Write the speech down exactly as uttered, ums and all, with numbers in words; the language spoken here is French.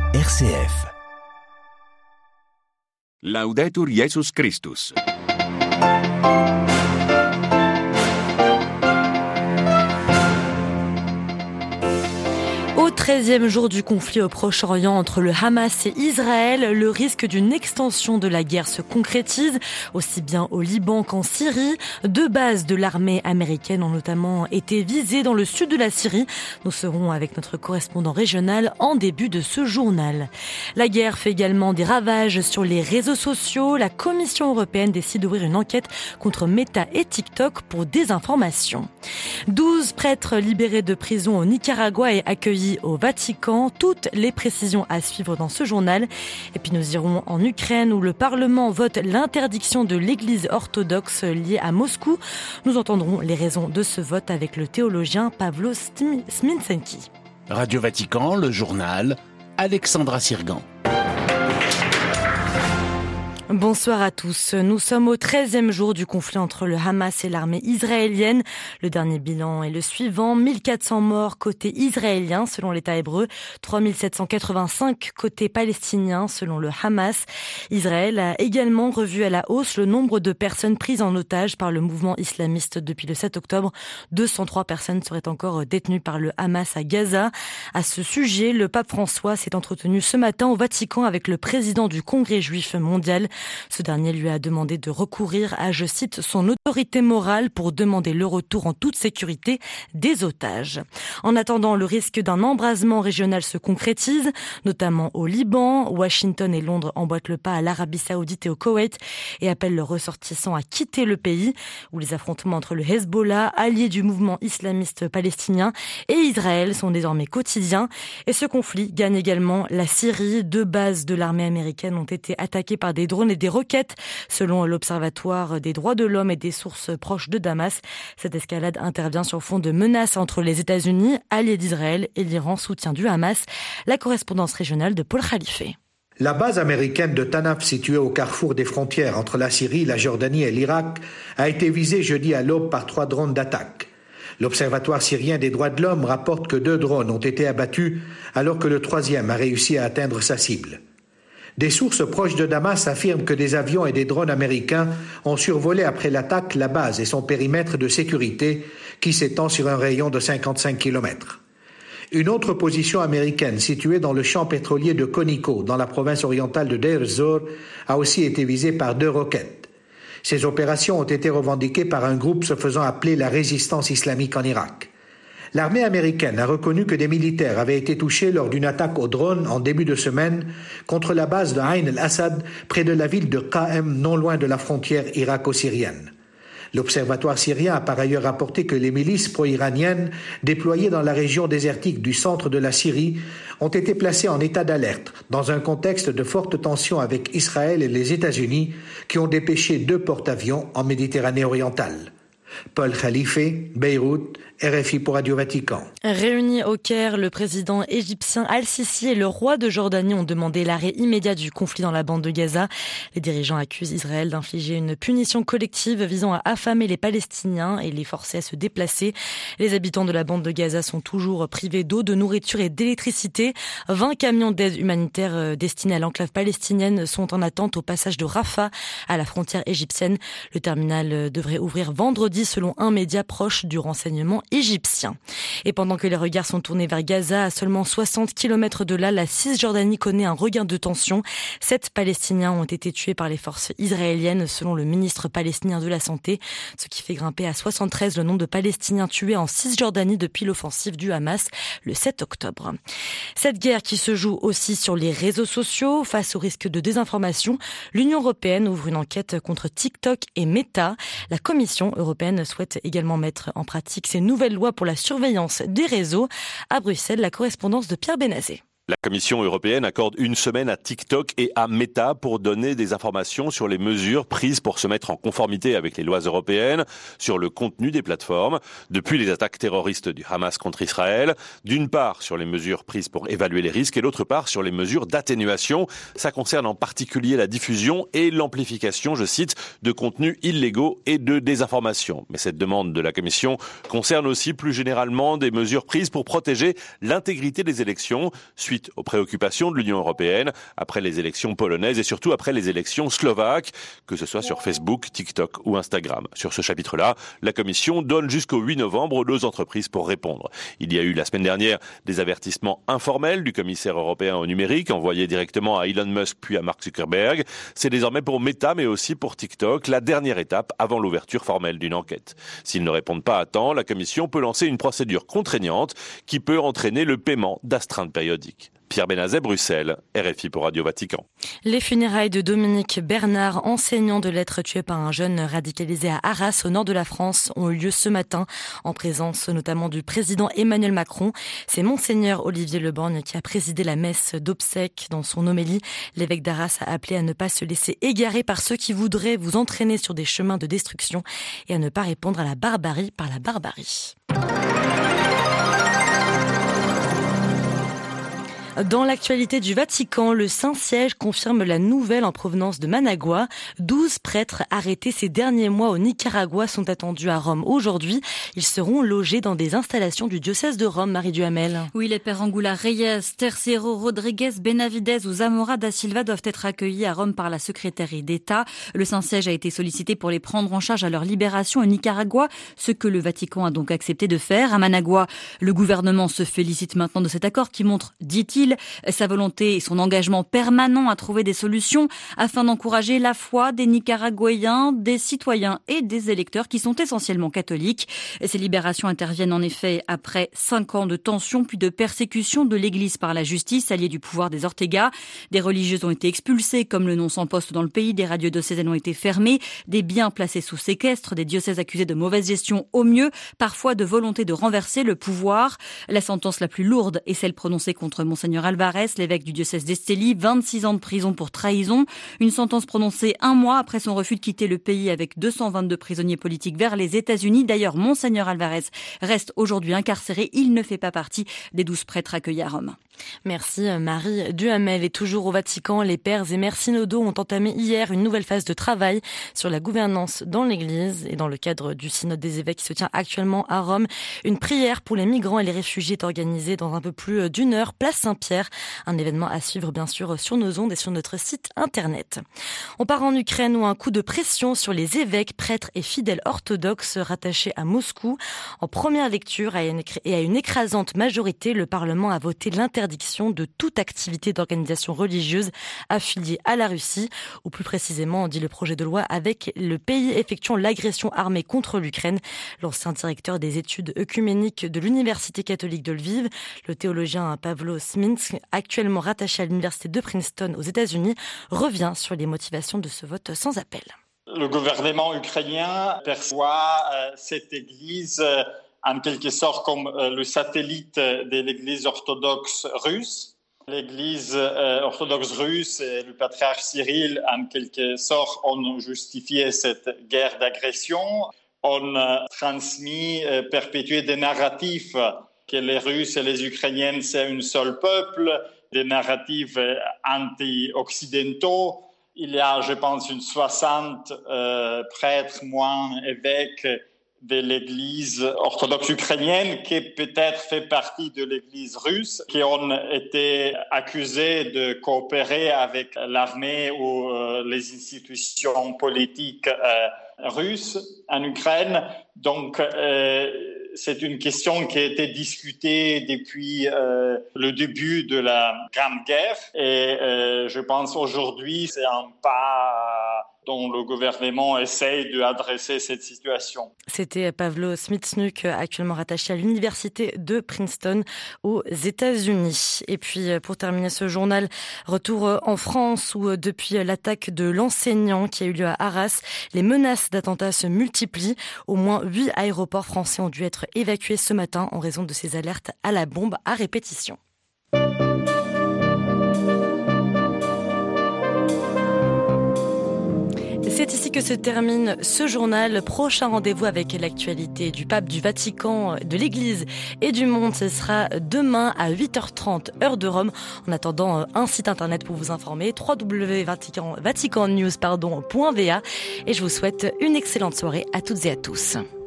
R C F. Laudetur Jesus Christus. Au treizième jour du conflit au Proche-Orient entre le Hamas et Israël, le risque d'une extension de la guerre se concrétise, aussi bien au Liban qu'en Syrie. Deux bases de l'armée américaine ont notamment été visées dans le sud de la Syrie. Nous serons avec notre correspondant régional en début de ce journal. La guerre fait également des ravages sur les réseaux sociaux. La Commission européenne décide d'ouvrir une enquête contre Meta et TikTok pour désinformation. douze prêtres libérés de prison au Nicaragua et accueillis au Vatican. Toutes les précisions à suivre dans ce journal. Et puis nous irons en Ukraine où le Parlement vote l'interdiction de l'église orthodoxe liée à Moscou. Nous entendrons les raisons de ce vote avec le théologien Pavlo Sminsenki. Radio Vatican, le journal, Alexandra Sirgan. Bonsoir à tous. Nous sommes au treizième jour du conflit entre le Hamas et l'armée israélienne. Le dernier bilan est le suivant. mille quatre cents morts côté israélien selon l'État hébreu. trois mille sept cent quatre-vingt-cinq côté palestinien selon le Hamas. Israël a également revu à la hausse le nombre de personnes prises en otage par le mouvement islamiste depuis le sept octobre. deux cent trois personnes seraient encore détenues par le Hamas à Gaza. À ce sujet, le pape François s'est entretenu ce matin au Vatican avec le président du Congrès juif mondial. Ce dernier lui a demandé de recourir à, je cite, son autorité morale pour demander le retour en toute sécurité des otages. En attendant, le risque d'un embrasement régional se concrétise, notamment au Liban. Washington et Londres emboîtent le pas à l'Arabie Saoudite et au Koweït et appellent leurs ressortissants à quitter le pays, où les affrontements entre le Hezbollah, allié du mouvement islamiste palestinien, et Israël sont désormais quotidiens. Et ce conflit gagne également la Syrie. Deux bases de l'armée américaine ont été attaquées par des drones et des roquettes, selon l'Observatoire des droits de l'homme et des sources proches de Damas. Cette escalade intervient sur fond de menaces entre les États-Unis, alliés d'Israël, et l'Iran, soutien du Hamas. La correspondance régionale de Paul Khalife. La base américaine de Tanaf, située au carrefour des frontières entre la Syrie, la Jordanie et l'Irak, a été visée jeudi à l'aube par trois drones d'attaque. L'Observatoire syrien des droits de l'homme rapporte que deux drones ont été abattus, alors que le troisième a réussi à atteindre sa cible. Des sources proches de Damas affirment que des avions et des drones américains ont survolé après l'attaque la base et son périmètre de sécurité qui s'étend sur un rayon de cinquante-cinq kilomètres. Une autre position américaine située dans le champ pétrolier de Conoco, dans la province orientale de Deir ez-Zor, a aussi été visée par deux roquettes. Ces opérations ont été revendiquées par un groupe se faisant appeler la résistance islamique en Irak. L'armée américaine a reconnu que des militaires avaient été touchés lors d'une attaque au drone en début de semaine contre la base de Ain el-Assad près de la ville de Qa'em, non loin de la frontière irako-syrienne. L'Observatoire syrien a par ailleurs rapporté que les milices pro-iraniennes déployées dans la région désertique du centre de la Syrie ont été placées en état d'alerte dans un contexte de forte tension avec Israël et les États-Unis qui ont dépêché deux porte-avions en Méditerranée orientale. Paul Khalife, Beyrouth, R F I pour Radio Vatican. Réunis au Caire, le président égyptien Al-Sisi et le roi de Jordanie ont demandé l'arrêt immédiat du conflit dans la bande de Gaza. Les dirigeants accusent Israël d'infliger une punition collective visant à affamer les Palestiniens et les forcer à se déplacer. Les habitants de la bande de Gaza sont toujours privés d'eau, de nourriture et d'électricité. vingt camions d'aide humanitaire destinés à l'enclave palestinienne sont en attente au passage de Rafah à la frontière égyptienne. Le terminal devrait ouvrir vendredi selon un média proche du renseignement égyptien. Et pendant que les regards sont tournés vers Gaza, à seulement soixante kilomètres de là, la Cisjordanie connaît un regain de tension. Sept Palestiniens ont été tués par les forces israéliennes, selon le ministre palestinien de la Santé, ce qui fait grimper à soixante-treize le nombre de Palestiniens tués en Cisjordanie depuis l'offensive du Hamas le sept octobre. Cette guerre qui se joue aussi sur les réseaux sociaux, face au risque de désinformation, l'Union européenne ouvre une enquête contre TikTok et Meta. La Commission européenne souhaite également mettre en pratique ces nouvelles lois pour la surveillance des réseaux. À Bruxelles, la correspondance de Pierre Benazé. La Commission européenne accorde une semaine à TikTok et à Meta pour donner des informations sur les mesures prises pour se mettre en conformité avec les lois européennes, sur le contenu des plateformes, depuis les attaques terroristes du Hamas contre Israël, d'une part sur les mesures prises pour évaluer les risques et d'autre part sur les mesures d'atténuation. Ça concerne en particulier la diffusion et l'amplification, je cite, de contenus illégaux et de désinformation. Mais cette demande de la Commission concerne aussi plus généralement des mesures prises pour protéger l'intégrité des élections, suite suite aux préoccupations de l'Union européenne après les élections polonaises et surtout après les élections slovaques, que ce soit sur Facebook, TikTok ou Instagram. Sur ce chapitre-là, la Commission donne jusqu'au huit novembre aux entreprises pour répondre. Il y a eu la semaine dernière des avertissements informels du commissaire européen au numérique envoyés directement à Elon Musk puis à Mark Zuckerberg. C'est désormais pour Meta mais aussi pour TikTok la dernière étape avant l'ouverture formelle d'une enquête. S'ils ne répondent pas à temps, la Commission peut lancer une procédure contraignante qui peut entraîner le paiement d'astreintes périodiques. Pierre Benazet, Bruxelles, R F I pour Radio Vatican. Les funérailles de Dominique Bernard, enseignant de lettres tué par un jeune radicalisé à Arras, au nord de la France, ont eu lieu ce matin, en présence notamment du président Emmanuel Macron. C'est Monseigneur Olivier Leborgne qui a présidé la messe d'obsèques. Dans son homélie, l'évêque d'Arras a appelé à ne pas se laisser égarer par ceux qui voudraient vous entraîner sur des chemins de destruction et à ne pas répondre à la barbarie par la barbarie. Dans l'actualité du Vatican, le Saint-Siège confirme la nouvelle en provenance de Managua. douze prêtres arrêtés ces derniers mois au Nicaragua sont attendus à Rome aujourd'hui. Ils seront logés dans des installations du diocèse de Rome, Marie Duhamel. Oui, les pères Angula Reyes, Tercero, Rodriguez, Benavidez ou Zamora da Silva doivent être accueillis à Rome par la secrétaire d'État. Le Saint-Siège a été sollicité pour les prendre en charge à leur libération au Nicaragua, ce que le Vatican a donc accepté de faire. À Managua, le gouvernement se félicite maintenant de cet accord qui montre, dit-il, sa volonté et son engagement permanent à trouver des solutions afin d'encourager la foi des Nicaraguayens, des citoyens et des électeurs qui sont essentiellement catholiques. Ces libérations interviennent en effet après cinq ans de tensions puis de persécution de l'Église par la justice, alliée du pouvoir des Ortega. Des religieuses ont été expulsées comme le nom sans poste dans le pays, des radios diocésaines ont été fermées, des biens placés sous séquestre, des diocèses accusés de mauvaise gestion au mieux, parfois de volonté de renverser le pouvoir. La sentence la plus lourde est celle prononcée contre Monseigneur Alvarez, l'évêque du diocèse d'Esteli, vingt-six ans de prison pour trahison. Une sentence prononcée un mois après son refus de quitter le pays avec deux cent vingt-deux prisonniers politiques vers les États-Unis. D'ailleurs, Monseigneur Alvarez reste aujourd'hui incarcéré. Il ne fait pas partie des douze prêtres accueillis à Rome. Merci Marie Duhamel. Et toujours au Vatican, les pères et mères synodaux ont entamé hier une nouvelle phase de travail sur la gouvernance dans l'Église. Et dans le cadre du synode des évêques qui se tient actuellement à Rome, une prière pour les migrants et les réfugiés est organisée dans un peu plus d'une heure, place Saint-Pierre. Un événement à suivre bien sûr sur nos ondes et sur notre site internet. On part en Ukraine où un coup de pression sur les évêques, prêtres et fidèles orthodoxes rattachés à Moscou. En première lecture et à une écrasante majorité, le Parlement a voté l'interdiction de toute activité d'organisation religieuse affiliée à la Russie, ou plus précisément, dit le projet de loi, avec le pays effectuant l'agression armée contre l'Ukraine. L'ancien directeur des études œcuméniques de l'Université catholique de Lviv, le théologien Pavlo Sminsk, actuellement rattaché à l'Université de Princeton aux États-Unis, revient sur les motivations de ce vote sans appel. Le gouvernement ukrainien perçoit euh, cette église euh, en quelque sorte comme euh, le satellite de l'église orthodoxe russe. L'église euh, orthodoxe russe et le patriarche Cyril, en quelque sorte, ont justifié cette guerre d'agression, ont euh, transmis, euh, perpétué des narratifs que les Russes et les Ukrainiens, c'est un seul peuple, des narratifs euh, anti-occidentaux. Il y a, je pense, une soixante euh, prêtres, moines, évêques de l'Église orthodoxe ukrainienne qui peut-être fait partie de l'Église russe, qui ont été accusés de coopérer avec l'armée ou euh, les institutions politiques euh, russes en Ukraine. Donc, euh, c'est une question qui a été discutée depuis euh, le début de la Grande Guerre et euh, je pense aujourd'hui c'est un pas dont le gouvernement essaye d'adresser cette situation. C'était Pavlo Smithnuk, actuellement rattaché à l'Université de Princeton aux États-Unis. Et puis, pour terminer ce journal, retour en France où, depuis l'attaque de l'enseignant qui a eu lieu à Arras, les menaces d'attentats se multiplient. Au moins huit aéroports français ont dû être évacués ce matin en raison de ces alertes à la bombe à répétition. C'est ici que se termine ce journal. Prochain rendez-vous avec l'actualité du pape, du Vatican, de l'Église et du monde. Ce sera demain à huit heures trente, heure de Rome. En attendant, un site internet pour vous informer, w w w point vatican news point v a. Et je vous souhaite une excellente soirée à toutes et à tous.